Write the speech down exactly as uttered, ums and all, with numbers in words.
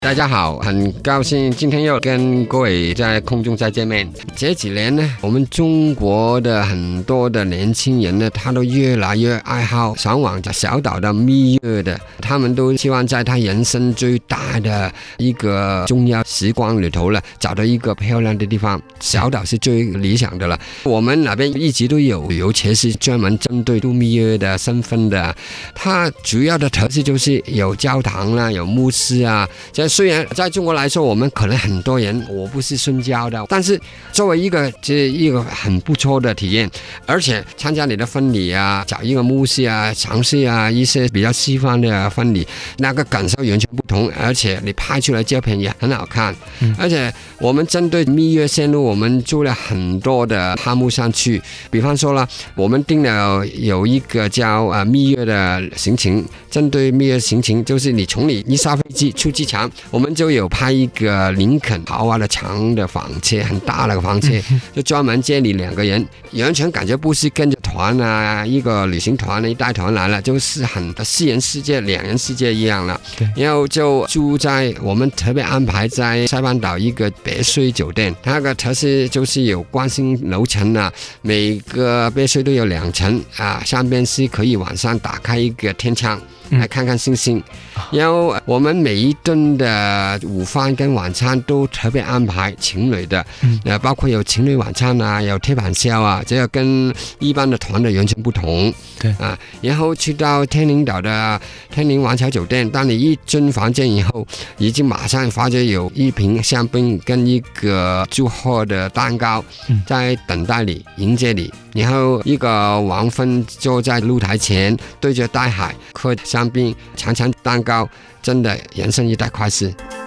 大家好，很高兴今天又跟各位在空中再见面。这几年呢，我们中国的很多的年轻人呢，他都越来越爱好向往小岛的蜜月的，他们都希望在他人生最大的一个重要时光里头呢，找到一个漂亮的地方，小岛是最理想的了。我们那边一直都有旅游车是专门针对度蜜月的身份的，它主要的特色就是有教堂啦，有牧师啊。这虽然在中国来说，我们可能很多人我不是信教的，但是作为一个这一个很不错的体验，而且参加你的婚礼啊，找一个牧师啊，尝试啊一些比较西方的婚礼，那个感受完全不同，而且你拍出来照片也很好看。嗯、而且我们针对蜜月线路，我们做了很多的项目上去，比方说了，我们定了有一个叫啊蜜月的行程，针对蜜月行程，就是你从你一下飞机出机场，我们就有拍一个林肯豪华的长的房车，很大的房车，就专门接你两个人，完全感觉不是跟着团啊，一个旅行团一带团来了，就是很私人世界、两人世界一样了。然后就住在我们特别安排在塞班岛一个别墅酒店，它那个特色就是有光心楼层啊，每个别墅都有两层啊，上边是可以晚上打开一个天窗。来看看星星，然后我们每一顿的午饭跟晚餐都特别安排情侣的，呃，包括有情侣晚餐啊，有铁板烧啊，这个跟一般的团的完全不同。对啊，然后去到天宁岛的天宁王桥酒店，当你一进房间以后，已经马上发觉有一瓶香槟跟一个祝贺的蛋糕在等待你迎接你，然后一个王芬坐在露台前对着大海喝香槟尝尝蛋糕，真的人生一大快事。